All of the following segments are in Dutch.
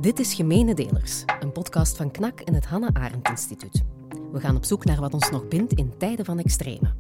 Dit is Gemene Delers, een podcast van KNAK en het Hannah Arendt Instituut. We gaan op zoek naar wat ons nog bindt in tijden van extreme.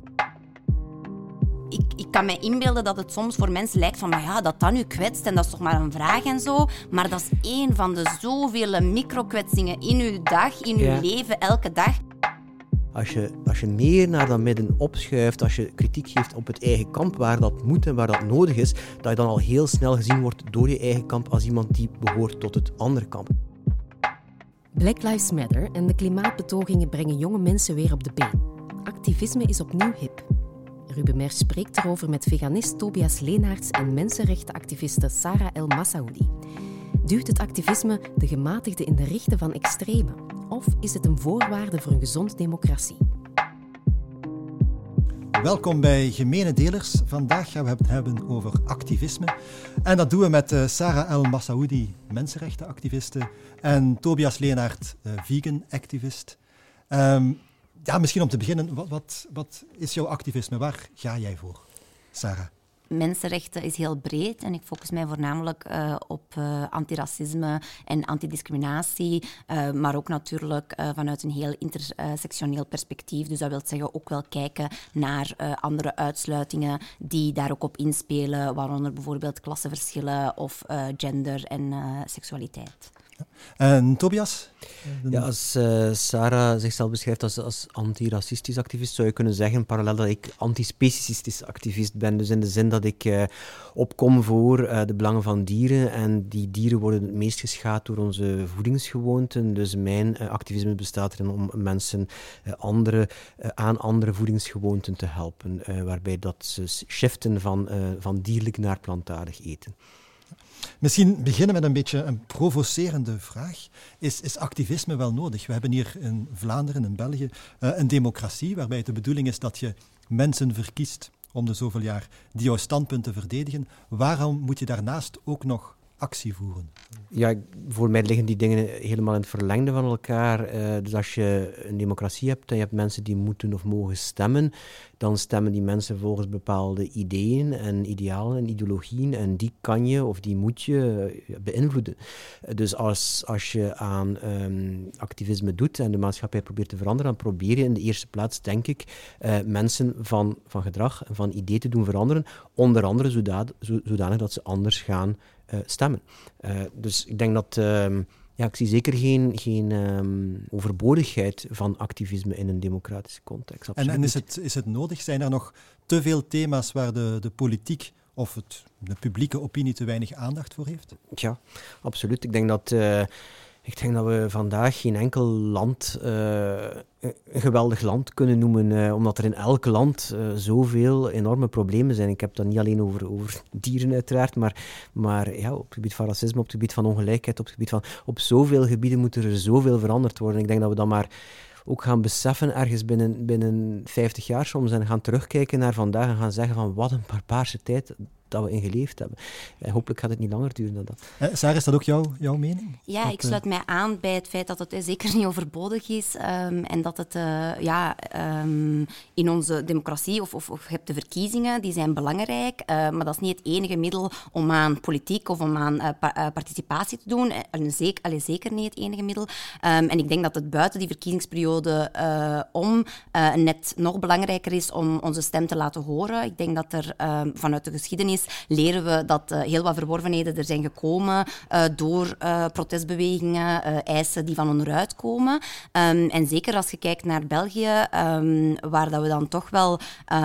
Ik kan me inbeelden dat het soms voor mensen lijkt van, maar ja, dat nu kwetst en dat is toch maar een vraag en zo. Maar dat is één van de zoveel microkwetsingen in uw dag, in uw leven, elke dag. Als je meer naar dat midden opschuift, als je kritiek geeft op het eigen kamp, waar dat moet en waar dat nodig is, dat je dan al heel snel gezien wordt door je eigen kamp als iemand die behoort tot het andere kamp. Black Lives Matter en de klimaatbetogingen brengen jonge mensen weer op de been. Activisme is opnieuw hip. Ruben Mer spreekt erover met veganist Tobias Leenaerts en mensenrechtenactiviste Sarah El Massaoudi. Duwt het activisme de gematigden in de richten van extreme? Of is het een voorwaarde voor een gezonde democratie? Welkom bij Gemene Delers. Vandaag gaan we het hebben over activisme. En dat doen we met Sarah El Massaoudi, mensenrechtenactiviste, en Tobias Leenaerts, vegan-activist. Misschien om te beginnen, wat is jouw activisme? Waar ga jij voor, Sarah? Mensenrechten is heel breed en ik focus mij voornamelijk op antiracisme en antidiscriminatie, maar ook natuurlijk vanuit een heel intersectioneel perspectief. Dus dat wil zeggen ook wel kijken naar andere uitsluitingen die daar ook op inspelen, waaronder bijvoorbeeld klassenverschillen of gender en seksualiteit. En Tobias? Ja, als Sarah zichzelf beschrijft als antiracistisch activist, zou je kunnen zeggen parallel dat ik antispecistisch activist ben. Dus in de zin dat ik opkom voor de belangen van dieren. En die dieren worden het meest geschaad door onze voedingsgewoonten. Dus mijn activisme bestaat erin om mensen aan andere voedingsgewoonten te helpen. Waarbij dat ze shiften van dierlijk naar plantaardig eten. Misschien beginnen met een beetje een provocerende vraag. Is activisme wel nodig? We hebben hier in Vlaanderen, in België, een democratie waarbij het de bedoeling is dat je mensen verkiest om de zoveel jaar die jouw standpunt te verdedigen. Waarom moet je daarnaast ook nog actie voeren? Ja, voor mij liggen die dingen helemaal in het verlengde van elkaar. Dus als je een democratie hebt en je hebt mensen die moeten of mogen stemmen, dan stemmen die mensen volgens bepaalde ideeën en idealen en ideologieën en die kan je of die moet je beïnvloeden. Dus als je aan activisme doet en de maatschappij probeert te veranderen, dan probeer je in de eerste plaats, denk ik, mensen van gedrag en van idee te doen veranderen, onder andere zodanig dat ze anders gaan stemmen. Dus ik denk dat ik zie zeker geen overbodigheid van activisme in een democratische context. En is het nodig? Zijn er nog te veel thema's waar de politiek of de publieke opinie te weinig aandacht voor heeft? Ja, absoluut. Ik denk dat we vandaag geen enkel land een geweldig land kunnen noemen, omdat er in elk land zoveel enorme problemen zijn. Ik heb dat niet alleen over dieren uiteraard, maar ja, op het gebied van racisme, op het gebied van ongelijkheid, op zoveel gebieden moet er zoveel veranderd worden. Ik denk dat we dan maar ook gaan beseffen ergens binnen 50 jaar soms en gaan terugkijken naar vandaag en gaan zeggen van wat een barbaarse tijd dat we in geleefd hebben. Hopelijk gaat het niet langer duren dan dat. Sarah, is dat ook jouw mening? Ja, ik sluit mij aan bij het feit dat het zeker niet overbodig is en dat het in onze democratie, of je hebt de verkiezingen, die zijn belangrijk, maar dat is niet het enige middel om aan politiek of om aan participatie te doen. Zeker niet het enige middel. En ik denk dat het buiten die verkiezingsperiode net nog belangrijker is om onze stem te laten horen. Ik denk dat er vanuit de geschiedenis leren we dat heel wat verworvenheden er zijn gekomen door protestbewegingen, eisen die van onderuit komen. En zeker als je kijkt naar België, waar dat we dan toch wel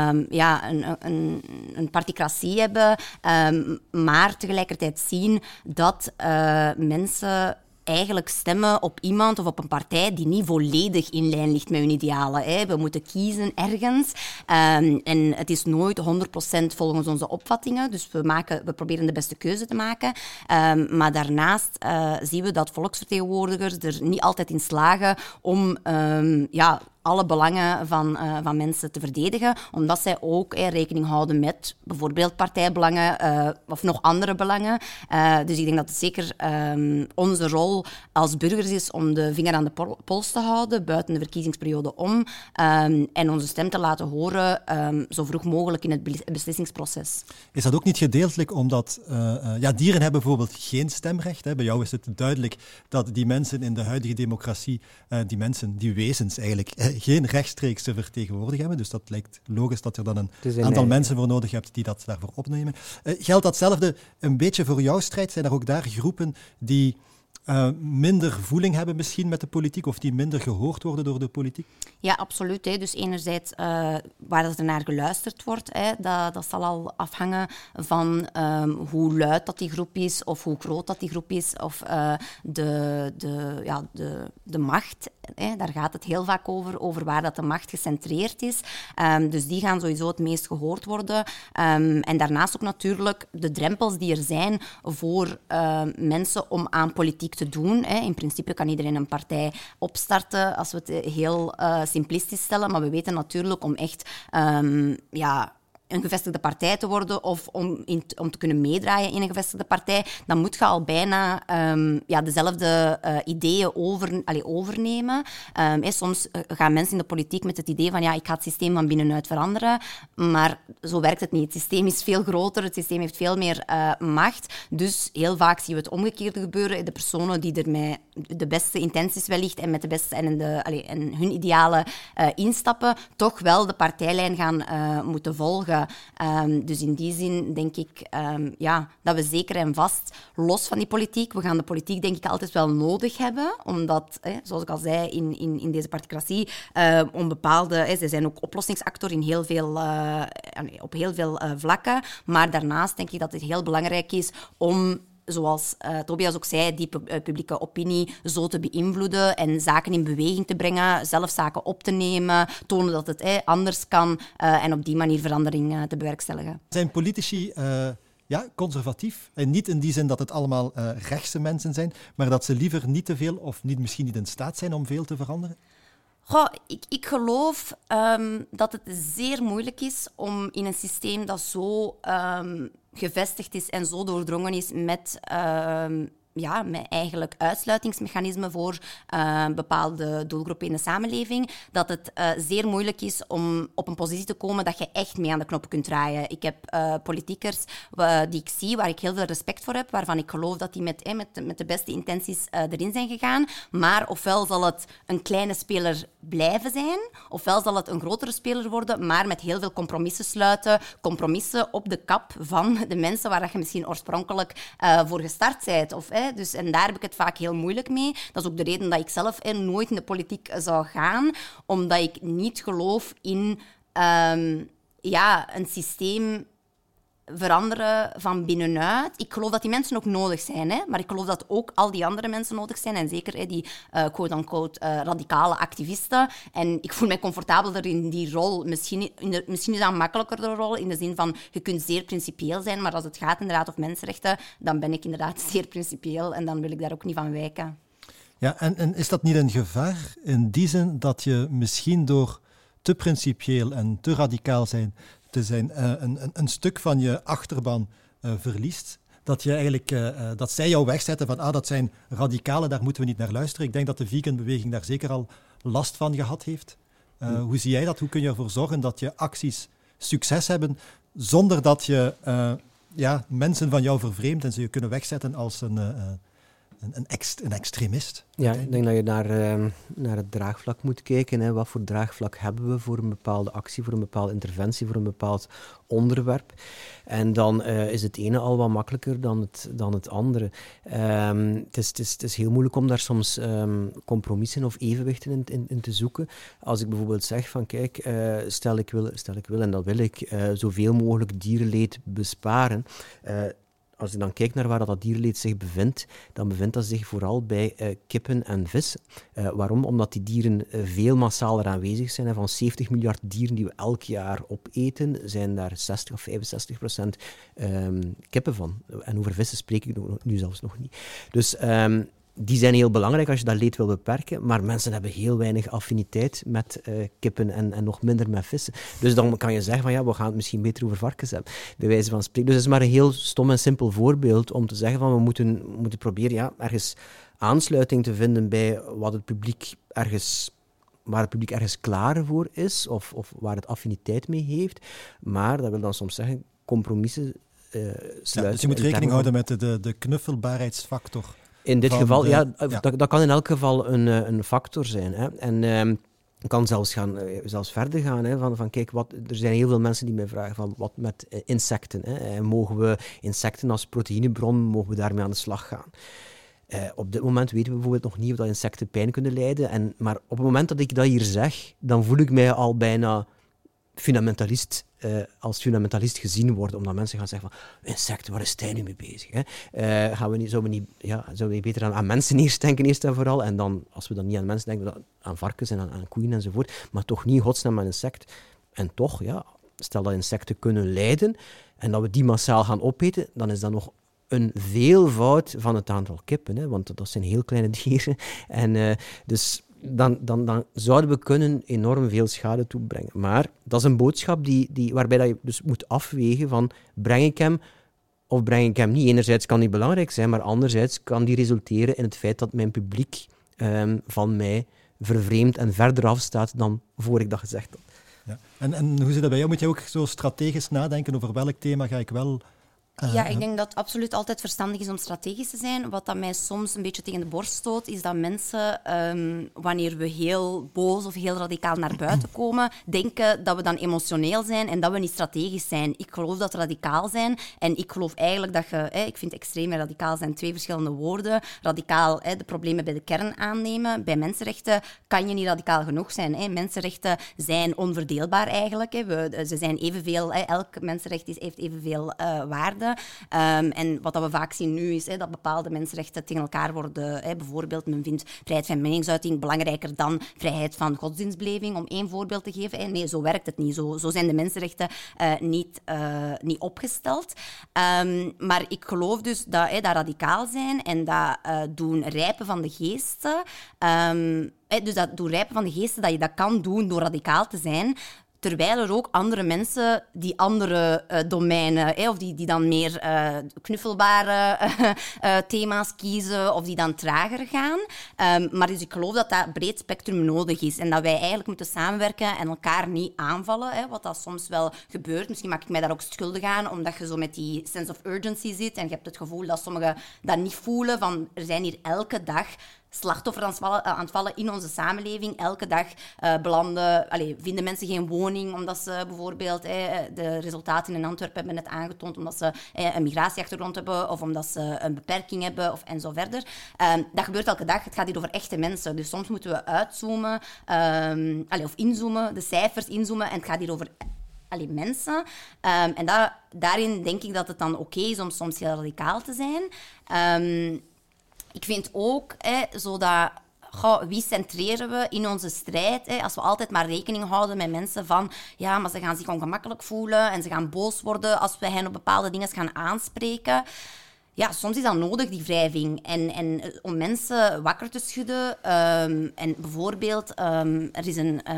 een particratie hebben, maar tegelijkertijd zien dat mensen eigenlijk stemmen op iemand of op een partij die niet volledig in lijn ligt met hun idealen. Hè. We moeten kiezen ergens en het is nooit 100% volgens onze opvattingen. Dus we proberen de beste keuze te maken. Maar daarnaast zien we dat volksvertegenwoordigers er niet altijd in slagen om alle belangen van mensen te verdedigen, omdat zij ook rekening houden met bijvoorbeeld partijbelangen of nog andere belangen. Dus ik denk dat het zeker onze rol als burgers is om de vinger aan de pols te houden, buiten de verkiezingsperiode om, en onze stem te laten horen zo vroeg mogelijk in het beslissingsproces. Is dat ook niet gedeeltelijk omdat dieren hebben bijvoorbeeld geen stemrecht? Hè? Bij jou is het duidelijk dat die mensen in de huidige democratie, die wezens eigenlijk, geen rechtstreekse vertegenwoordiging hebben. Dus dat lijkt logisch dat je dan een aantal mensen voor nodig hebt die dat daarvoor opnemen. Geldt datzelfde een beetje voor jouw strijd? Zijn er ook daar groepen die minder voeling hebben misschien met de politiek of die minder gehoord worden door de politiek? Ja, absoluut. Hè. Dus enerzijds waar er naar geluisterd wordt, dat zal al afhangen van hoe luid dat die groep is of hoe groot dat die groep is of de macht. Daar gaat het heel vaak over waar dat de macht gecentreerd is. Dus die gaan sowieso het meest gehoord worden. En daarnaast ook natuurlijk de drempels die er zijn voor mensen om aan politiek te doen. In principe kan iedereen een partij opstarten, als we het heel simplistisch stellen. Maar we weten natuurlijk om echt een gevestigde partij te worden of om te kunnen meedraaien in een gevestigde partij, dan moet je al bijna dezelfde ideeën overnemen. Soms gaan mensen in de politiek met het idee van ik ga het systeem van binnenuit veranderen, maar zo werkt het niet. Het systeem is veel groter, het systeem heeft veel meer macht, dus heel vaak zien we het omgekeerde gebeuren. De personen die er met de beste intenties wellicht en met de beste en hun idealen instappen, toch wel de partijlijn gaan moeten volgen. Dus in die zin denk ik dat we zeker en vast, los van die politiek, we gaan de politiek denk ik altijd wel nodig hebben, omdat, zoals ik al zei, in deze particratie, om bepaalde... Ze zijn ook oplossingsactor in op heel veel vlakken, maar daarnaast denk ik dat het heel belangrijk is om, zoals Tobias ook zei, die publieke opinie zo te beïnvloeden en zaken in beweging te brengen, zelf zaken op te nemen, tonen dat het anders kan en op die manier verandering te bewerkstelligen. Zijn politici conservatief? En niet in die zin dat het allemaal rechtse mensen zijn, maar dat ze liever niet te veel of misschien niet in staat zijn om veel te veranderen? Ik geloof dat het zeer moeilijk is om in een systeem dat zo gevestigd is en zo doordrongen is met eigenlijk uitsluitingsmechanismen voor bepaalde doelgroepen in de samenleving, dat het zeer moeilijk is om op een positie te komen dat je echt mee aan de knoppen kunt draaien. Ik heb politiekers die ik zie, waar ik heel veel respect voor heb, waarvan ik geloof dat die met de beste intenties erin zijn gegaan, maar ofwel zal het een kleine speler blijven zijn, ofwel zal het een grotere speler worden, maar met heel veel compromissen sluiten, compromissen op de kap van de mensen waar je misschien oorspronkelijk voor gestart bent. En daar heb ik het vaak heel moeilijk mee. Dat is ook de reden dat ik zelf nooit in de politiek zou gaan, omdat ik niet geloof in een systeem veranderen van binnenuit. Ik geloof dat die mensen ook nodig zijn, maar ik geloof dat ook al die andere mensen nodig zijn, en zeker die quote-unquote radicale activisten. En ik voel mij comfortabeler in die rol. Misschien is dat een makkelijker rol, in de zin van je kunt zeer principieel zijn, maar als het gaat inderdaad over mensenrechten, dan ben ik inderdaad zeer principieel en dan wil ik daar ook niet van wijken. Ja, en is dat niet een gevaar in die zin dat je misschien door te principieel en te radicaal te zijn een stuk van je achterban verliest? Dat je eigenlijk dat zij jou wegzetten van dat zijn radicalen, daar moeten we niet naar luisteren. Ik denk dat de vegan-beweging daar zeker al last van gehad heeft. Hoe zie jij dat? Hoe kun je ervoor zorgen dat je acties succes hebben zonder dat je mensen van jou vervreemdt en ze je kunnen wegzetten als een extremist? Ja, ik denk dat je naar het draagvlak moet kijken. Hè. Wat voor draagvlak hebben we voor een bepaalde actie, voor een bepaalde interventie, voor een bepaald onderwerp. En dan is het ene al wat makkelijker dan het andere. Het is heel moeilijk om daar soms compromissen of evenwichten in te zoeken. Als ik bijvoorbeeld zeg van kijk, stel ik wil en dat wil ik, zoveel mogelijk dierenleed besparen. Als je dan kijkt naar waar dat dierenleed zich bevindt, dan bevindt dat zich vooral bij kippen en vis. Waarom? Omdat die dieren veel massaler aanwezig zijn. Van 70 miljard dieren die we elk jaar opeten, zijn daar 60 of 65% kippen van. En over vissen spreek ik nu zelfs nog niet. Dus die zijn heel belangrijk als je dat leed wil beperken, maar mensen hebben heel weinig affiniteit met kippen en nog minder met vissen. Dus dan kan je zeggen van we gaan het misschien beter over varkens hebben, bij wijze van spreken. Dus dat is maar een heel stom en simpel voorbeeld om te zeggen van we moeten proberen ergens aansluiting te vinden bij wat het publiek waar het publiek ergens klaar voor is of waar het affiniteit mee heeft. Maar dat wil dan soms zeggen compromissen sluiten. Dus je moet rekening houden met de knuffelbaarheidsfactor. In dit geval, dat kan in elk geval een factor zijn. Hè. En kan zelfs verder gaan. Hè, van kijk, er zijn heel veel mensen die mij vragen van wat met insecten. Hè. Mogen we insecten als proteïnebron, mogen we daarmee aan de slag gaan? Op dit moment weten we bijvoorbeeld nog niet of dat insecten pijn kunnen lijden. Maar op het moment dat ik dat hier zeg, dan voel ik mij al bijna als fundamentalist gezien worden, omdat mensen gaan zeggen van insecten, waar is hij nu mee bezig? Hè? Zouden we niet beter aan mensen eerst denken, eerst en vooral, en dan, als we dan niet aan mensen denken, dan aan varkens en aan koeien enzovoort, maar toch niet in godsnaam aan insect. En toch, stel dat insecten kunnen lijden en dat we die massaal gaan opeten, dan is dat nog een veelvoud van het aantal kippen, hè? Want dat zijn heel kleine dieren. En dus dan zouden we kunnen enorm veel schade toebrengen. Maar dat is een boodschap waarbij dat je dus moet afwegen van breng ik hem of breng ik hem niet. Enerzijds kan die belangrijk zijn, maar anderzijds kan die resulteren in het feit dat mijn publiek van mij vervreemd en verder afstaat dan voor ik dat gezegd had. Ja. En hoe zit dat bij jou? Moet je ook zo strategisch nadenken over welk thema ga ik wel... ik denk dat het absoluut altijd verstandig is om strategisch te zijn. Wat dat mij soms een beetje tegen de borst stoot, is dat mensen, wanneer we heel boos of heel radicaal naar buiten komen, denken dat we dan emotioneel zijn en dat we niet strategisch zijn. Ik geloof dat radicaal zijn en ik geloof eigenlijk dat ik vind extreem en radicaal zijn twee verschillende woorden. Radicaal, de problemen bij de kern aannemen. Bij mensenrechten kan je niet radicaal genoeg zijn. Mensenrechten zijn onverdeelbaar eigenlijk. Ze zijn evenveel, elk mensenrecht heeft evenveel waarde. En wat we vaak zien nu is dat bepaalde mensenrechten tegen elkaar worden. Bijvoorbeeld, men vindt vrijheid van meningsuiting belangrijker dan vrijheid van godsdienstbeleving, om één voorbeeld te geven. Nee, zo werkt het niet. Zo zijn de mensenrechten niet opgesteld. Maar ik geloof dus dat radicaal zijn en dat doen rijpen van de geesten. Dus dat doen rijpen van de geesten, dat je dat kan doen door radicaal te zijn. Terwijl er ook andere mensen die andere domeinen, of die dan meer knuffelbare thema's kiezen, of die dan trager gaan. Maar dus ik geloof dat dat breed spectrum nodig is en dat wij eigenlijk moeten samenwerken en elkaar niet aanvallen, wat dat soms wel gebeurt. Misschien maak ik mij daar ook schuldig aan, omdat je zo met die sense of urgency zit en je hebt het gevoel dat sommigen dat niet voelen, van er zijn hier elke dag slachtoffers aan het vallen in onze samenleving. Elke dag vinden mensen geen woning omdat ze bijvoorbeeld de resultaten in Antwerpen hebben net aangetoond, omdat ze een migratieachtergrond hebben of omdat ze een beperking hebben en zo verder. Dat gebeurt elke dag. Het gaat hier over echte mensen. Dus soms moeten we uitzoomen of inzoomen, de cijfers inzoomen, en het gaat hier over mensen. En daarin denk ik dat het dan oké is om soms heel radicaal te zijn. Ik vind ook wie centreren we in onze strijd? Als we altijd maar rekening houden met mensen van maar ze gaan zich ongemakkelijk voelen en ze gaan boos worden als we hen op bepaalde dingen gaan aanspreken. Ja, soms is dat nodig, die wrijving. En om mensen wakker te schudden. En bijvoorbeeld, er is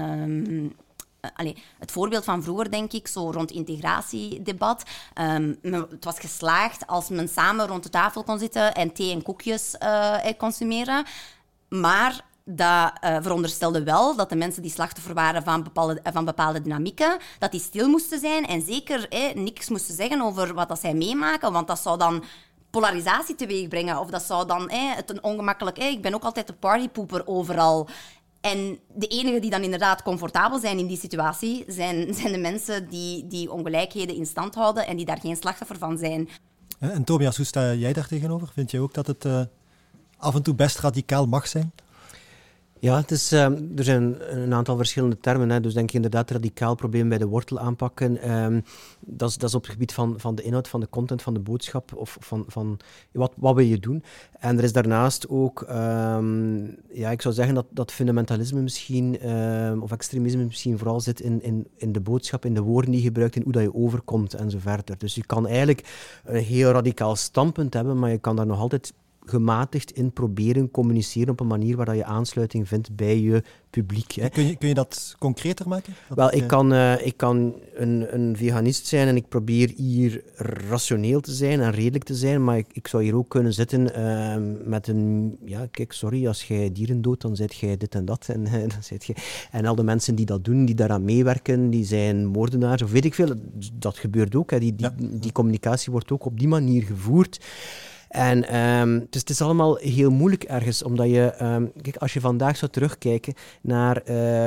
het voorbeeld van vroeger, denk ik, zo rond integratiedebat. Het was geslaagd als men samen rond de tafel kon zitten en thee en koekjes consumeren. Maar dat veronderstelde wel dat de mensen die slachtoffer waren van bepaalde dynamieken, dat die stil moesten zijn en zeker niks moesten zeggen over wat dat zij meemaken, want dat zou dan polarisatie teweeg brengen. Of dat zou dan het een ongemakkelijk... ik ben ook altijd de partypoeper overal. En de enigen die dan inderdaad comfortabel zijn in die situatie, zijn de mensen die ongelijkheden in stand houden en die daar geen slachtoffer van zijn. En Tobias, hoe sta jij daar tegenover? Vind je ook dat het af en toe best radicaal mag zijn? Ja, er zijn een aantal verschillende termen. Hè. Dus denk ik inderdaad radicaal probleem bij de wortel aanpakken. Dat is op het gebied van de inhoud, van de content, van de boodschap of van wat wil je doen. En er is daarnaast ook, ik zou zeggen dat fundamentalisme misschien, of extremisme misschien vooral zit in de boodschap, in de woorden die je gebruikt, in hoe dat je overkomt en zo verder. Dus je kan eigenlijk een heel radicaal standpunt hebben, maar je kan daar nog altijd gematigd in proberen communiceren op een manier waar je aansluiting vindt bij je publiek. Hè. Kun je dat concreter maken? Ik kan een veganist zijn en ik probeer hier rationeel te zijn en redelijk te zijn, maar ik zou hier ook kunnen zitten met een... Ja, kijk, sorry, als jij dieren doodt, dan zet jij dit en dat. En al de mensen die dat doen, die daaraan meewerken, die zijn moordenaars, of weet ik veel. Dat gebeurt ook. Hè. Die communicatie wordt ook op die manier gevoerd. En dus het is allemaal heel moeilijk ergens, omdat je... kijk, als je vandaag zou terugkijken naar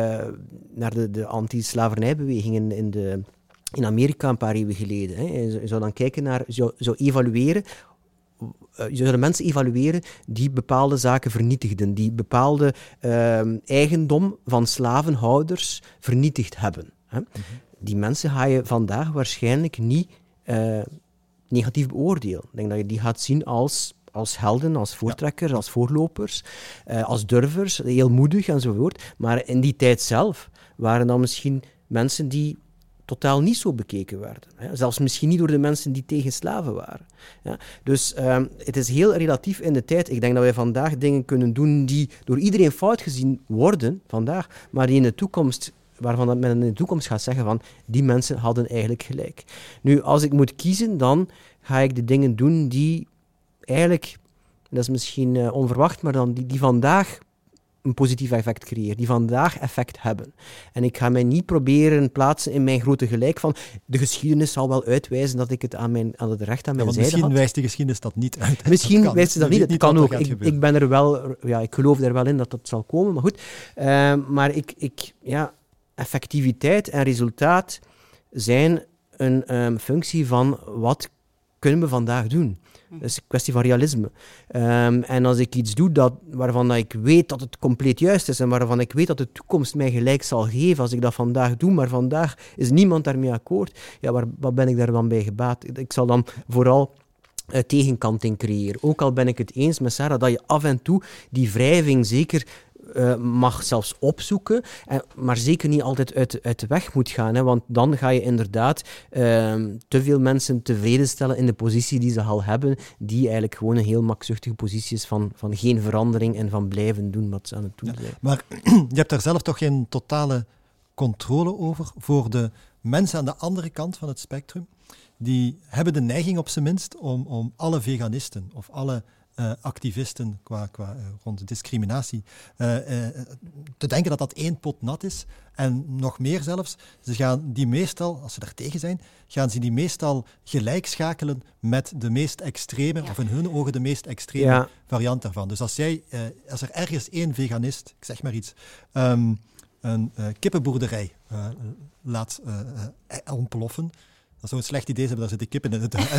de anti-slavernijbewegingen in Amerika een paar eeuwen geleden. Hè. Je zou dan kijken naar... zou evalueren... Je zou de mensen evalueren die bepaalde zaken vernietigden, die bepaalde eigendom van slavenhouders vernietigd hebben. Hè. Mm-hmm. Die mensen ga je vandaag waarschijnlijk niet negatief beoordelen. Ik denk dat je die gaat zien als helden, als voortrekkers, als voorlopers, als durvers, heel moedig enzovoort. Maar in die tijd zelf waren dan misschien mensen die totaal niet zo bekeken werden. Hè. Zelfs misschien niet door de mensen die tegen slaven waren. Ja. Dus het is heel relatief in de tijd. Ik denk dat wij vandaag dingen kunnen doen die door iedereen fout gezien worden, vandaag, maar die in de toekomst... waarvan men in de toekomst gaat zeggen van die mensen hadden eigenlijk gelijk. Nu, als ik moet kiezen, dan ga ik de dingen doen die eigenlijk, dat is misschien onverwacht, maar dan die vandaag een positief effect creëren, die vandaag effect hebben. En ik ga mij niet proberen plaatsen in mijn grote gelijk van de geschiedenis zal wel uitwijzen dat ik het aan het recht aan mijn zijde had. Misschien wijst de geschiedenis dat niet uit. Misschien wijst ze dat niet. Het kan ook. Ik ben er wel... Ja, ik geloof er wel in dat dat zal komen, maar goed. Maar effectiviteit en resultaat zijn een functie van wat kunnen we vandaag doen. Dat is een kwestie van realisme. En als ik iets doe waarvan ik weet dat het compleet juist is en waarvan ik weet dat de toekomst mij gelijk zal geven als ik dat vandaag doe, maar vandaag is niemand daarmee akkoord, ja, wat ben ik daar dan bij gebaat? Ik zal dan vooral tegenkanting creëren. Ook al ben ik het eens met Sarah dat je af en toe die wrijving zeker mag zelfs opzoeken, maar zeker niet altijd uit de weg moet gaan. Hè, want dan ga je inderdaad te veel mensen tevreden stellen in de positie die ze al hebben, die eigenlijk gewoon een heel makzuchtige positie is van geen verandering en van blijven doen wat ze aan het doen zijn. Ja, maar je hebt daar zelf toch geen totale controle over voor de mensen aan de andere kant van het spectrum? Die hebben de neiging op zijn minst om alle veganisten of alle activisten qua rond discriminatie te denken dat dat één pot nat is. En nog meer zelfs, ze gaan die meestal, als ze daar tegen zijn, gaan ze die meestal gelijk schakelen met de meest extreme, of in hun ogen de meest extreme variant daarvan. Dus als er ergens één veganist, ik zeg maar iets, een kippenboerderij laat ontploffen, dat zou een slecht idee zijn, daar zitten kippen in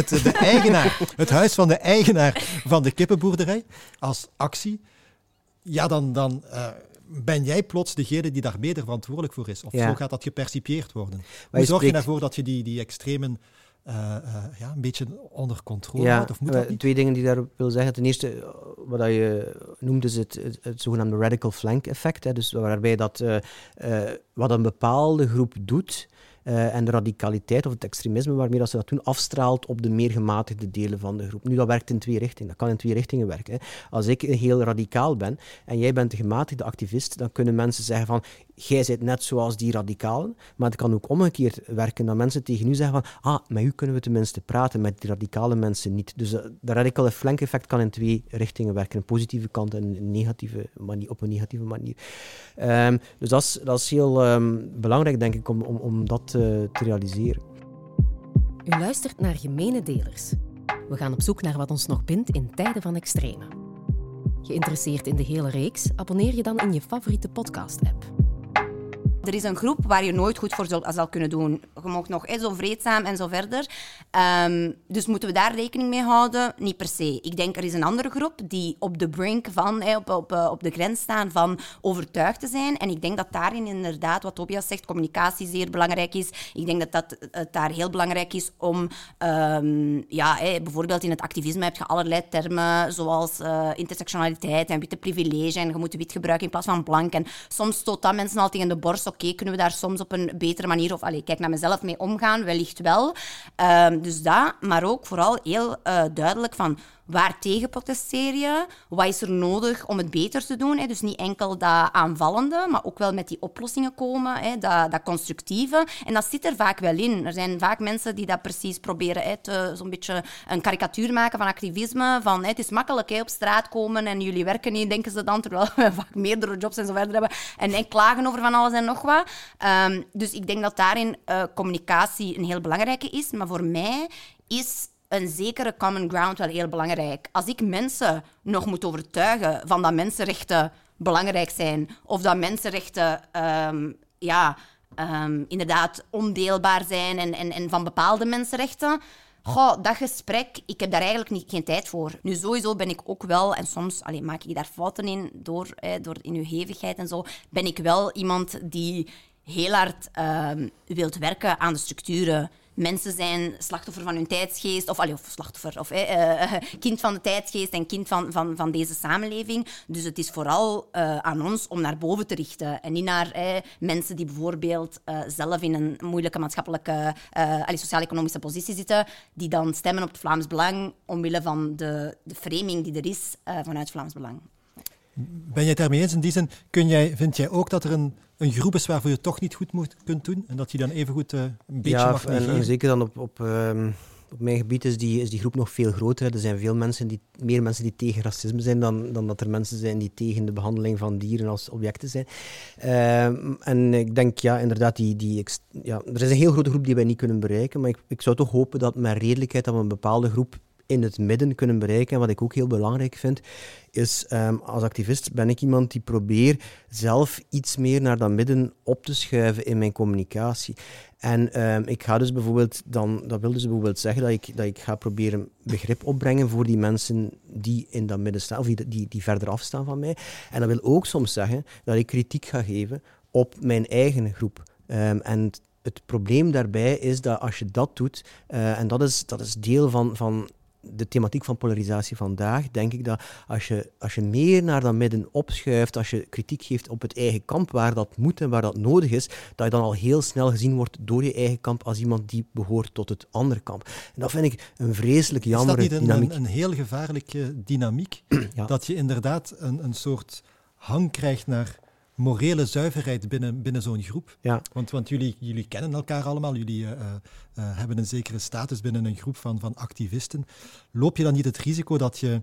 het huis van de eigenaar van de kippenboerderij als actie. Ja, dan ben jij plots degene die daar mede verantwoordelijk voor is. Of zo gaat dat gepercipieerd worden. Hoe zorg je ervoor dat je die extremen een beetje onder controle houdt? Of moet dat niet? Twee dingen die ik daarop wil zeggen. Ten eerste, wat je noemt is het zogenaamde radical flank effect. Hè, dus waarbij dat wat een bepaalde groep doet, en de radicaliteit of het extremisme waarmee dat ze dat doen, afstraalt op de meer gematigde delen van de groep. Nu, dat werkt in twee richtingen. Dat kan in twee richtingen werken. Hè. Als ik heel radicaal ben en jij bent de gematigde activist, dan kunnen mensen zeggen van, jij bent net zoals die radicalen, maar het kan ook omgekeerd werken, dat mensen tegen u zeggen van, met u kunnen we tenminste praten, met die radicale mensen niet. Dus de radical flank effect kan in twee richtingen werken. Een positieve kant en een negatieve manier, op een negatieve manier. Dus dat is heel belangrijk, denk ik, om dat te realiseren. U luistert naar Gemene Delers. We gaan op zoek naar wat ons nog bindt in tijden van extreme. Geïnteresseerd in de hele reeks? Abonneer je dan in je favoriete podcast-app. Er is een groep waar je nooit goed voor zal kunnen doen. Je mag nog zo vreedzaam en zo verder. Dus moeten we daar rekening mee houden? Niet per se. Ik denk, er is een andere groep die op de brink van, op de grens staan van overtuigd te zijn. En ik denk dat daarin inderdaad, wat Tobias zegt, communicatie zeer belangrijk is. Ik denk dat het daar heel belangrijk is om... bijvoorbeeld in het activisme heb je allerlei termen, zoals intersectionaliteit en witte privilege. En je moet wit gebruiken in plaats van blank. En soms stoot dat mensen al tegen de borst. Oké, kunnen we daar soms op een betere manier... Kijk naar mezelf. zelf mee omgaan, wellicht wel. Dus dat, maar ook vooral heel duidelijk van waar tegen protesteer je, wat is er nodig om het beter te doen. Hè? Dus niet enkel dat aanvallende, maar ook wel met die oplossingen komen, hè? Dat constructieve. En dat zit er vaak wel in. Er zijn vaak mensen die dat precies proberen, hè, zo'n beetje een karikatuur maken van activisme, van hè, het is makkelijk hè, op straat komen en jullie werken niet, denken ze dan, terwijl we vaak meerdere jobs en zo verder hebben, en klagen over van alles en nog wat. Dus ik denk dat daarin communicatie een heel belangrijke is, maar voor mij is een zekere common ground wel heel belangrijk. Als ik mensen nog moet overtuigen van dat mensenrechten belangrijk zijn, of dat mensenrechten inderdaad ondeelbaar zijn en van bepaalde mensenrechten, dat gesprek, ik heb daar eigenlijk geen tijd voor. Nu, sowieso ben ik ook wel, en soms maak ik daar fouten in, door in uw hevigheid en zo, ben ik wel iemand die heel hard wilt werken aan de structuren. Mensen zijn slachtoffer van hun tijdsgeest, of kind van de tijdsgeest en kind van deze samenleving. Dus het is vooral aan ons om naar boven te richten en niet naar mensen die bijvoorbeeld zelf in een moeilijke maatschappelijke, sociaal-economische positie zitten, die dan stemmen op het Vlaams Belang omwille van de framing die er is vanuit Vlaams Belang. Ben je het daarmee eens? In die zin, vind jij ook dat er een groep is waarvoor je het toch niet goed kunt doen en dat je dan evengoed een beetje mag negeren? En zeker dan op mijn gebied is die groep nog veel groter. Er zijn meer mensen die tegen racisme zijn dan dat er mensen zijn die tegen de behandeling van dieren als objecten zijn. En ik denk, inderdaad, er is een heel grote groep die wij niet kunnen bereiken, maar ik zou toch hopen dat met redelijkheid dat we een bepaalde groep in het midden kunnen bereiken. En wat ik ook heel belangrijk vind, is als activist ben ik iemand die probeert zelf iets meer naar dat midden op te schuiven in mijn communicatie. En ik ga dus bijvoorbeeld dat wil dus bijvoorbeeld zeggen dat ik ga proberen begrip opbrengen voor die mensen die in dat midden staan, of die verder afstaan van mij. En dat wil ook soms zeggen dat ik kritiek ga geven op mijn eigen groep. En het probleem daarbij is dat als je dat doet, en dat is deel van de thematiek van polarisatie vandaag, denk ik dat als je meer naar dat midden opschuift, als je kritiek geeft op het eigen kamp, waar dat moet en waar dat nodig is, dat je dan al heel snel gezien wordt door je eigen kamp als iemand die behoort tot het andere kamp. En dat vind ik een vreselijk jammere dynamiek. Is dat niet een heel gevaarlijke dynamiek? Ja. Dat je inderdaad een soort hang krijgt naar morele zuiverheid binnen zo'n groep. Ja. Want jullie kennen elkaar allemaal, jullie hebben een zekere status binnen een groep van activisten. Loop je dan niet het risico dat je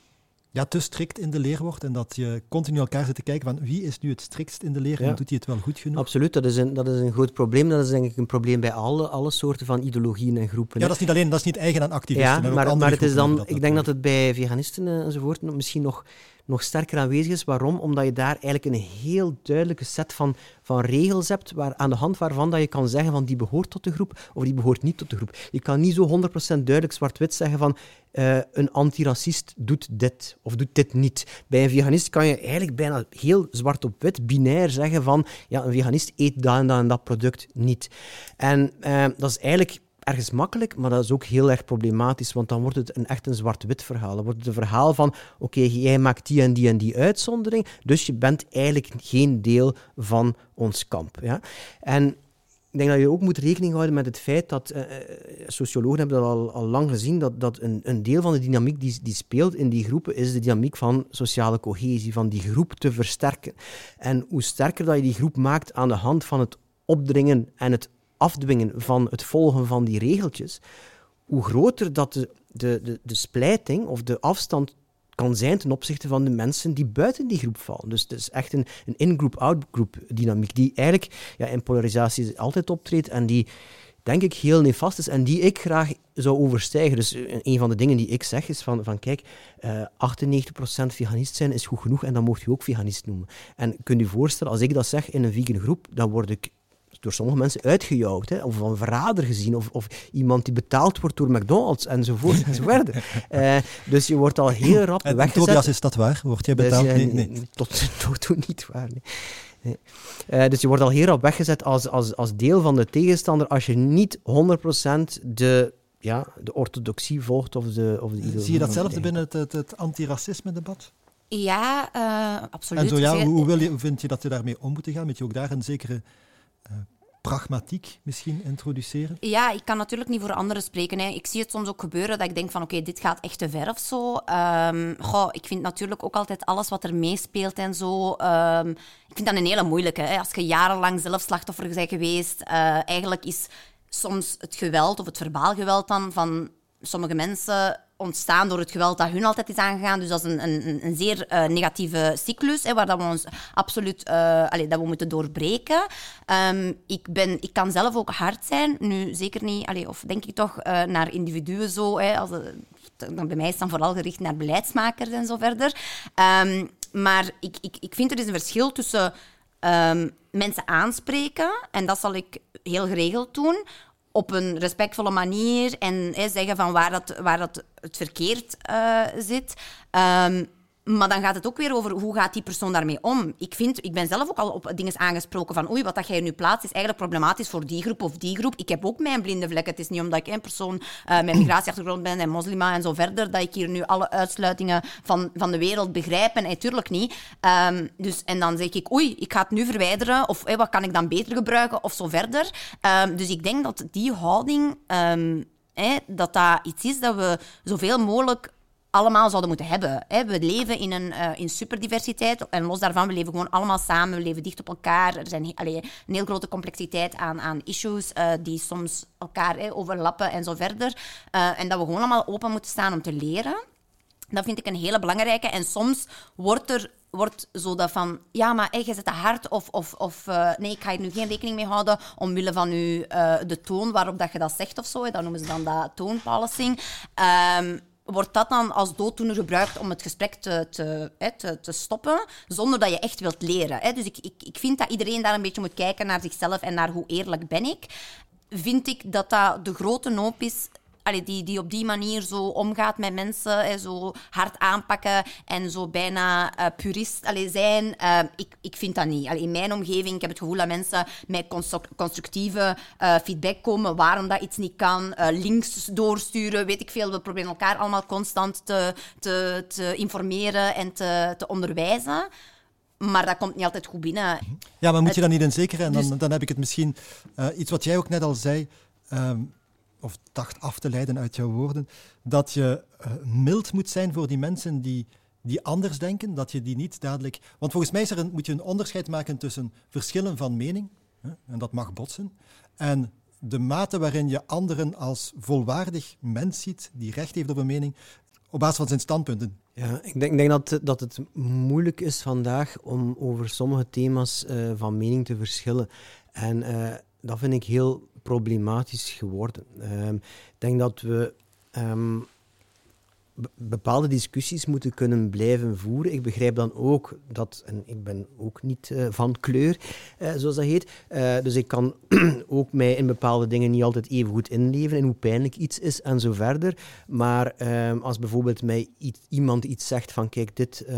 te strikt in de leer wordt en dat je continu elkaar zit te kijken van wie is nu het striktst in de leer en doet hij het wel goed genoeg? Absoluut, dat is een groot probleem. Dat is denk ik een probleem bij alle soorten van ideologieën en groepen. Ja, dat is niet eigen aan activisten. Ja, maar het is dan, ik denk dat het bij veganisten enzovoort misschien nog sterker aanwezig is. Waarom? Omdat je daar eigenlijk een heel duidelijke set van regels hebt, aan de hand waarvan dat je kan zeggen van die behoort tot de groep of die behoort niet tot de groep. Je kan niet zo 100% duidelijk zwart-wit zeggen van een antiracist doet dit of doet dit niet. Bij een veganist kan je eigenlijk bijna heel zwart op wit, binair zeggen van een veganist eet dat en dat product niet. En dat is eigenlijk ergens makkelijk, maar dat is ook heel erg problematisch, want dan wordt het echt een zwart-wit verhaal. Dan wordt het een verhaal van, oké, jij maakt die en die uitzondering, dus je bent eigenlijk geen deel van ons kamp. Ja? En ik denk dat je ook moet rekening houden met het feit dat, sociologen hebben dat al lang gezien, dat een deel van de dynamiek die speelt in die groepen is de dynamiek van sociale cohesie, van die groep te versterken. En hoe sterker dat je die groep maakt aan de hand van het opdringen en het afdwingen van het volgen van die regeltjes, hoe groter dat de splijting of de afstand kan zijn ten opzichte van de mensen die buiten die groep vallen. Dus het is echt een in-groep, out-groep dynamiek die eigenlijk in polarisatie altijd optreedt en die, denk ik, heel nefast is en die ik graag zou overstijgen. Dus een van de dingen die ik zeg is van kijk, 98% veganist zijn is goed genoeg en dan mocht je ook veganist noemen. En kunt u voorstellen, als ik dat zeg in een vegan groep, dan word ik door sommige mensen uitgejouwd, of een verrader gezien, of iemand die betaald wordt door McDonald's, enzovoort, enzovoort. Dus je wordt al heel rap weggezet. Tobias, is dat waar? Word jij betaald? Nee. Tot toe niet waar. Nee. Dus je wordt al heel rap weggezet als deel van de tegenstander als je niet 100% de orthodoxie volgt of de ideologie. Zie je datzelfde binnen het antiracisme-debat? Ja, absoluut. En zo hoe vind je dat je daarmee om moet gaan? Moet je ook daar een zekere pragmatiek misschien introduceren? Ja, ik kan natuurlijk niet voor anderen spreken. Hè. Ik zie het soms ook gebeuren dat ik denk van oké, dit gaat echt te ver of zo. Ik vind natuurlijk ook altijd alles wat er meespeelt en zo. Ik vind dat een hele moeilijke. Hè. Als je jarenlang zelf slachtoffer bent geweest, eigenlijk is soms het geweld of het verbaal geweld dan van sommige mensen ontstaan door het geweld dat hun altijd is aangegaan. Dus dat is een zeer negatieve cyclus, waar dat we ons absoluut dat we moeten doorbreken. Ik kan zelf ook hard zijn. Nu zeker niet, of denk ik toch, naar individuen zo. Dan bij mij is het dan vooral gericht naar beleidsmakers en zo verder. Maar ik vind er is een verschil tussen mensen aanspreken, en dat zal ik heel geregeld doen, op een respectvolle manier en zeggen van waar dat het verkeerd zit. Maar dan gaat het ook weer over hoe gaat die persoon daarmee om. Ik ben zelf ook al op dingen aangesproken van wat dat jij nu plaatst is eigenlijk problematisch voor die groep of die groep. Ik heb ook mijn blinde vlek. Het is niet omdat ik een persoon met migratieachtergrond ben en moslima en zo verder, dat ik hier nu alle uitsluitingen van de wereld begrijp. En natuurlijk niet. En dan zeg ik, ik ga het nu verwijderen of wat kan ik dan beter gebruiken of zo verder. Dus ik denk dat die houding, dat iets is dat we zoveel mogelijk allemaal zouden moeten hebben. We leven in superdiversiteit en los daarvan, we leven gewoon allemaal samen, we leven dicht op elkaar. Er zijn een heel grote complexiteit aan issues die soms elkaar overlappen en zo verder. En dat we gewoon allemaal open moeten staan om te leren. Dat vind ik een hele belangrijke. En soms wordt zo dat van, ja, maar je zet te hard of nee, ik ga hier nu geen rekening mee houden omwille van de toon waarop dat je dat zegt of zo. Dat noemen ze dan dat toonpolicing. Wordt dat dan als dooddoener gebruikt om het gesprek te stoppen, zonder dat je echt wilt leren. Dus ik vind dat iedereen daar een beetje moet kijken naar zichzelf en naar hoe eerlijk ben ik. Vind ik dat de grote noop is die op die manier zo omgaat met mensen, zo hard aanpakken en zo bijna purist zijn. Ik vind dat niet. In mijn omgeving, ik heb het gevoel dat mensen met constructieve feedback komen, waarom dat iets niet kan, links doorsturen, weet ik veel. We proberen elkaar allemaal constant te informeren en te onderwijzen. Maar dat komt niet altijd goed binnen. Ja, maar moet je dat niet in zekere? En dan heb ik het misschien... iets wat jij ook net al zei... of dacht af te leiden uit jouw woorden, dat je mild moet zijn voor die mensen die anders denken, dat je die niet dadelijk... Want volgens mij moet je een onderscheid maken tussen verschillen van mening, en dat mag botsen, en de mate waarin je anderen als volwaardig mens ziet, die recht heeft op een mening, op basis van zijn standpunten. Ja, ik denk dat het moeilijk is vandaag om over sommige thema's van mening te verschillen. En dat vind ik heel problematisch geworden. Ik denk dat we bepaalde discussies moeten kunnen blijven voeren. Ik begrijp dan ook dat, en ik ben ook niet van kleur, zoals dat heet, dus ik kan ook mij in bepaalde dingen niet altijd even goed inleven in hoe pijnlijk iets is en zo verder. Maar als bijvoorbeeld mij iemand iets zegt van kijk,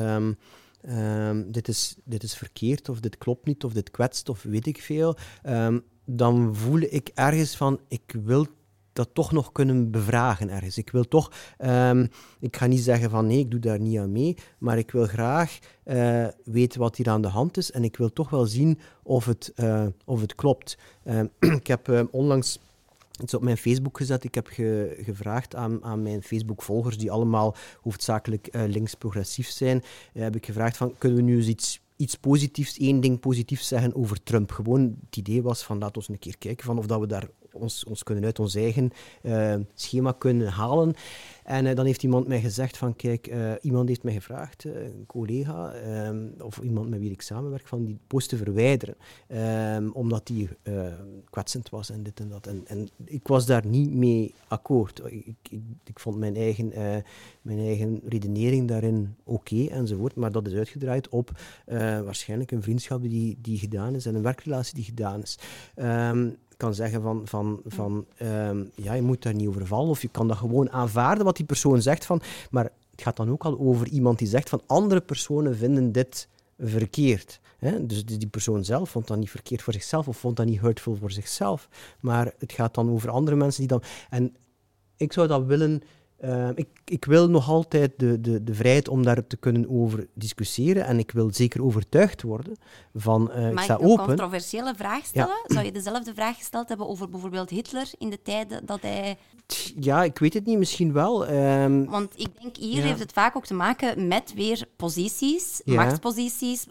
dit is verkeerd, of dit klopt niet, of dit kwetst, of weet ik veel, dan voel ik ergens van, ik wil dat toch nog kunnen bevragen ergens. Ik wil toch, ik ga niet zeggen van nee, ik doe daar niet aan mee, maar ik wil graag weten wat hier aan de hand is en ik wil toch wel zien of het klopt. Ik heb onlangs iets op mijn Facebook gezet. Ik heb gevraagd aan mijn Facebook-volgers, die allemaal hoofdzakelijk links-progressief zijn, heb ik gevraagd van, kunnen we nu eens iets positiefs, één ding positiefs zeggen over Trump. Gewoon, het idee was van, laten we eens een keer kijken van of dat we daar ons kunnen uit ons eigen schema kunnen halen. En dan heeft iemand mij gezegd van, kijk, iemand heeft mij gevraagd, een collega, of iemand met wie ik samenwerk, van die post te verwijderen. Omdat die kwetsend was en dit en dat. En ik was daar niet mee akkoord. Ik vond mijn eigen redenering daarin oké, enzovoort. Maar dat is uitgedraaid op waarschijnlijk een vriendschap die gedaan is en een werkrelatie die gedaan is. Kan zeggen van ja, je moet daar niet over vallen, of je kan dat gewoon aanvaarden wat die persoon zegt. Maar het gaat dan ook al over iemand die zegt van andere personen vinden dit verkeerd. Hè? Dus die persoon zelf vond dat niet verkeerd voor zichzelf of vond dat niet hurtful voor zichzelf. Maar het gaat dan over andere mensen die dan... En ik zou dat willen Ik wil nog altijd de vrijheid om daar te kunnen over discussiëren en ik wil zeker overtuigd worden van ik sta open. Mag ik een controversiële vraag stellen? Ja. Zou je dezelfde vraag gesteld hebben over bijvoorbeeld Hitler in de tijden dat hij... Ja, ik weet het niet, misschien wel. Want ik denk, hier heeft het vaak ook te maken met weer posities, Ja. machtsposities.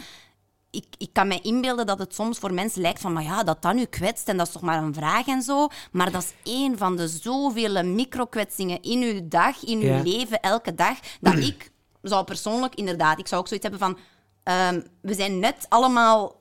Ik kan me inbeelden dat het soms voor mensen lijkt van, maar ja, dat nu kwetst en dat is toch maar een vraag en zo. Maar dat is één van de zoveel microkwetsingen in uw dag, in uw leven, elke dag, dat ik zou persoonlijk, inderdaad, ik zou ook zoiets hebben van, we zijn net allemaal...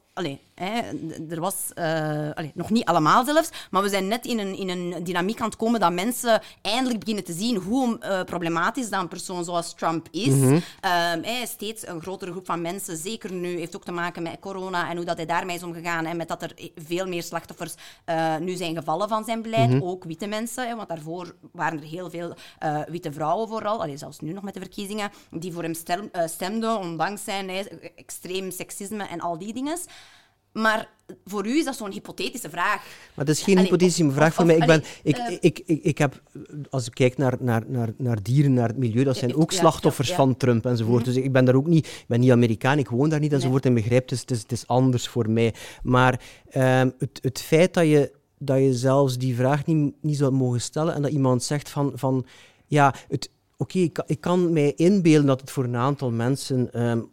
er was nog niet allemaal zelfs, maar we zijn net in een dynamiek aan het komen dat mensen eindelijk beginnen te zien hoe problematisch dat een persoon zoals Trump is. Steeds een grotere groep van mensen, zeker nu, heeft ook te maken met corona en hoe dat hij daarmee is omgegaan en met dat er veel meer slachtoffers nu zijn gevallen van zijn beleid. Ook witte mensen, want daarvoor waren er heel veel witte vrouwen vooral, zelfs nu nog met de verkiezingen, die voor hem stemden, ondanks zijn extreem seksisme en al die dingen. Maar voor u is dat zo'n hypothetische vraag. Maar dat is geen hypothetische vraag voor mij. Ik heb, als ik kijk naar dieren, naar het milieu, dat zijn ook slachtoffers van Trump enzovoort. Dus ik ben daar ook niet... Ik ben niet Amerikaan, ik woon daar niet enzovoort en begrijp, het is anders voor mij. Maar het feit dat je zelfs die vraag niet zou mogen stellen en dat iemand zegt van ja, ik kan mij inbeelden dat het voor een aantal mensen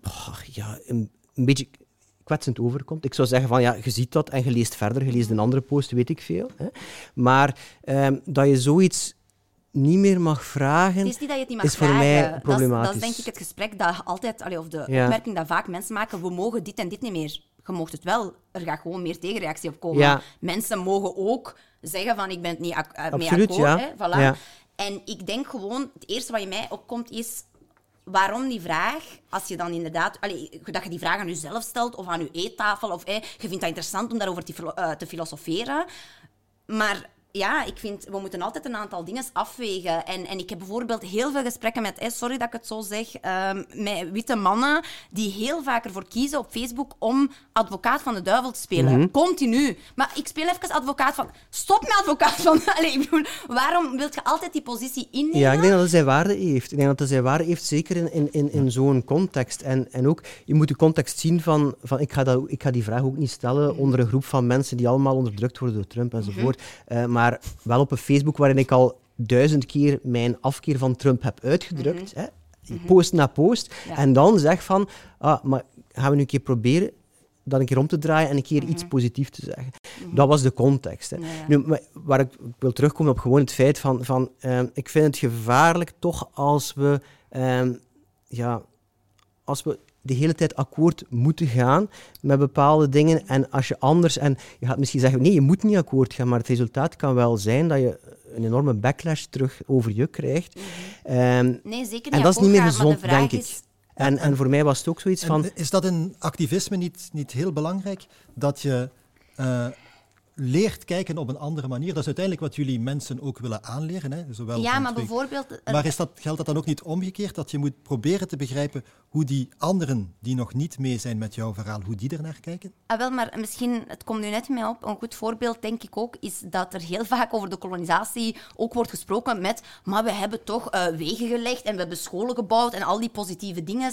een beetje kwetsend overkomt. Ik zou zeggen van, ja, je ziet dat en je leest verder, je leest een andere post, weet ik veel. Hè. Maar dat je zoiets niet meer mag vragen, het is niet dat je het niet mag is voor vragen. mij problematisch. Dat is denk ik het gesprek dat altijd, of de opmerking dat vaak mensen maken, we mogen dit en dit niet meer. Je mocht het wel, er gaat gewoon meer tegenreactie op komen. Ja. Mensen mogen ook zeggen van, ik ben het niet mee akkoord. Ja. Hè, voilà. Ja. En ik denk gewoon, het eerste wat in mij opkomt is, waarom die vraag, als je dan inderdaad... dat je die vraag aan jezelf stelt of aan je eettafel, of je vindt dat interessant om daarover te filosoferen. Maar ja, ik vind, we moeten altijd een aantal dingen afwegen. En ik heb bijvoorbeeld heel veel gesprekken met, sorry dat ik het zo zeg, met witte mannen die heel vaak ervoor kiezen op Facebook om advocaat van de duivel te spelen. Continu. Maar ik speel even advocaat van... Stop met advocaat van... ik bedoel, waarom wil je altijd die positie innemen? Ja, ik denk dat het zijn waarde heeft. Ik denk dat het zijn waarde heeft, zeker in zo'n context. En ook, je moet de context zien van ik ga die vraag ook niet stellen onder een groep van mensen die allemaal onderdrukt worden door Trump enzovoort. Maar wel op een Facebook waarin ik al 1000 keer mijn afkeer van Trump heb uitgedrukt. Post na post. Ja. En dan zeg van, maar gaan we nu een keer proberen dat een keer om te draaien en een keer iets positiefs te zeggen. Dat was de context. Hè. Ja. Nu, waar ik wil terugkomen op gewoon het feit van ik vind het gevaarlijk toch als we de hele tijd akkoord moeten gaan met bepaalde dingen. En als je anders... En je gaat misschien zeggen, nee, je moet niet akkoord gaan, maar het resultaat kan wel zijn dat je een enorme backlash terug over je krijgt. Nee, zeker niet. En dat is niet meer gezond, denk ik. En voor mij was het ook zoiets van... Is dat in activisme niet heel belangrijk? Dat je leert kijken op een andere manier. Dat is uiteindelijk wat jullie mensen ook willen aanleren. Hè? Zowel maar bijvoorbeeld... Maar geldt dat dan ook niet omgekeerd? Dat je moet proberen te begrijpen hoe die anderen die nog niet mee zijn met jouw verhaal, hoe die er naar kijken? Wel, maar misschien, het komt nu net in mij op, een goed voorbeeld, denk ik ook, is dat er heel vaak over de kolonisatie ook wordt gesproken met, maar we hebben toch wegen gelegd en we hebben scholen gebouwd en al die positieve dingen.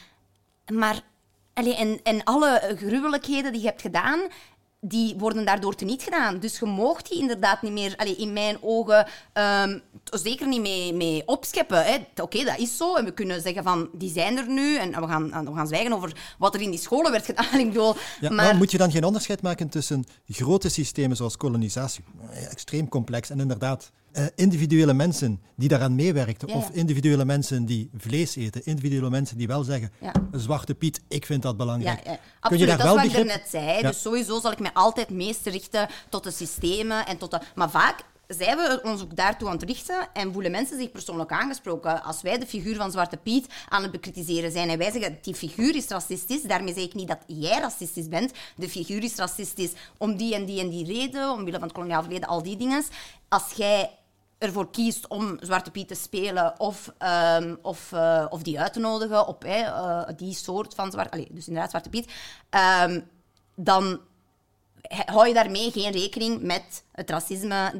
En alle gruwelijkheden die je hebt gedaan, die worden daardoor teniet gedaan. Dus je moogt die inderdaad niet meer, in mijn ogen, zeker niet mee opscheppen. Oké, dat is zo. En we kunnen zeggen van, die zijn er nu. En we gaan zwijgen over wat er in die scholen werd gedaan. Ik bedoel, maar moet je dan geen onderscheid maken tussen grote systemen zoals kolonisatie, extreem complex, en inderdaad individuele mensen die daaraan meewerkten, of individuele mensen die vlees eten, individuele mensen die wel zeggen, Zwarte Piet, ik vind dat belangrijk. Ja. Absoluut, dat is wat ik net zei. Ja. Dus sowieso zal ik mij altijd meest richten tot de systemen. Maar vaak zijn we ons ook daartoe aan het richten en voelen mensen zich persoonlijk aangesproken. Als wij de figuur van Zwarte Piet aan het bekritiseren zijn en wij zeggen, die figuur is racistisch, daarmee zeg ik niet dat jij racistisch bent. De figuur is racistisch om die en die en die reden, omwille van het koloniaal verleden, al die dingen. Als jij ervoor kiest om Zwarte Piet te spelen of die uit te nodigen op die soort van dus inderdaad Zwarte Piet, dan hou je daarmee geen rekening met Het racisme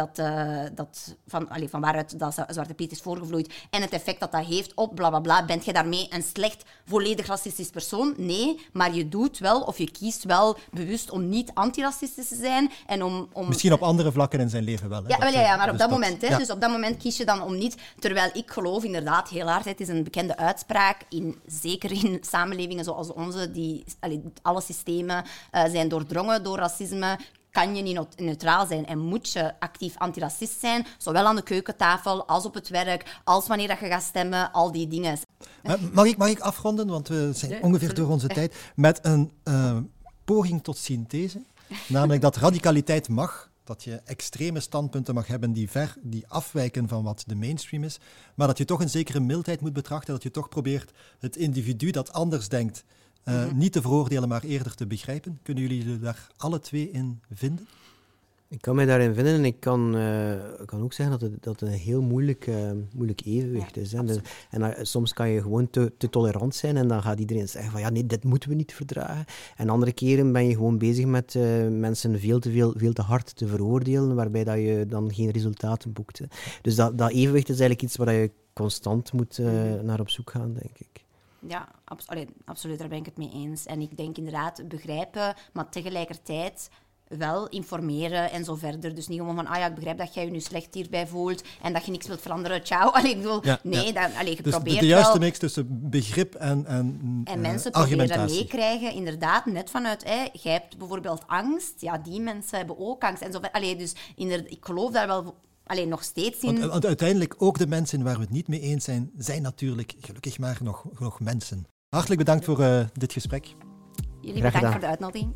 van waaruit dat Zwarte Piet is voorgevloeid en het effect dat heeft op blablabla. Bent je daarmee een slecht, volledig racistisch persoon? Nee, maar je doet wel of je kiest wel bewust om niet antiracistisch te zijn. En om... Misschien op andere vlakken in zijn leven wel. Hè? Maar op dat moment. Hè, dus op dat moment kies je dan om niet. Terwijl ik geloof inderdaad heel hard, het is een bekende uitspraak, zeker in samenlevingen zoals onze, alle systemen zijn doordrongen door racisme, kan je niet neutraal zijn en moet je actief antiracist zijn, zowel aan de keukentafel als op het werk, als wanneer dat je gaat stemmen, al die dingen. Mag ik afronden, want we zijn ongeveer door onze tijd, met een poging tot synthese, namelijk dat radicaliteit mag, dat je extreme standpunten mag hebben die afwijken van wat de mainstream is, maar dat je toch een zekere mildheid moet betrachten, dat je toch probeert het individu dat anders denkt niet te veroordelen, maar eerder te begrijpen. Kunnen jullie daar alle twee in vinden? Ik kan mij daarin vinden en ik kan ook zeggen dat het een heel moeilijk evenwicht is. Hè. Soms kan je gewoon te tolerant zijn en dan gaat iedereen zeggen van ja, nee, dit moeten we niet verdragen. En andere keren ben je gewoon bezig met mensen veel te hard te veroordelen, waarbij dat je dan geen resultaten boekt. Hè. Dus dat evenwicht is eigenlijk iets waar je constant moet naar op zoek gaan, denk ik. Ja, absoluut, daar ben ik het mee eens. En ik denk inderdaad begrijpen, maar tegelijkertijd wel informeren en zo verder. Dus niet gewoon van, ik begrijp dat jij je nu slecht hierbij voelt en dat je niks wilt veranderen. Ciao. Je dus probeert de juiste wel... mix tussen begrip en mensen proberen meekrijgen, inderdaad, net vanuit, jij hebt bijvoorbeeld angst. Ja, die mensen hebben ook angst. En zo verder. Dus ik geloof daar wel... nog steeds in... Want uiteindelijk, ook de mensen waar we het niet mee eens zijn natuurlijk gelukkig maar nog mensen. Hartelijk bedankt voor dit gesprek. Jullie bedankt voor de uitnodiging.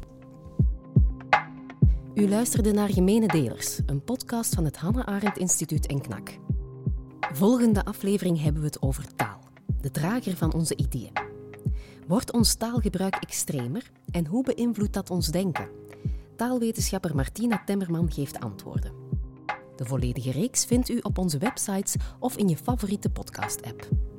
U luisterde naar Gemene Delers, een podcast van het Hannah Arendt Instituut en KNAK. Volgende aflevering hebben we het over taal, de drager van onze ideeën. Wordt ons taalgebruik extremer en hoe beïnvloedt dat ons denken? Taalwetenschapper Martina Temmerman geeft antwoorden. De volledige reeks vindt u op onze websites of in je favoriete podcast-app.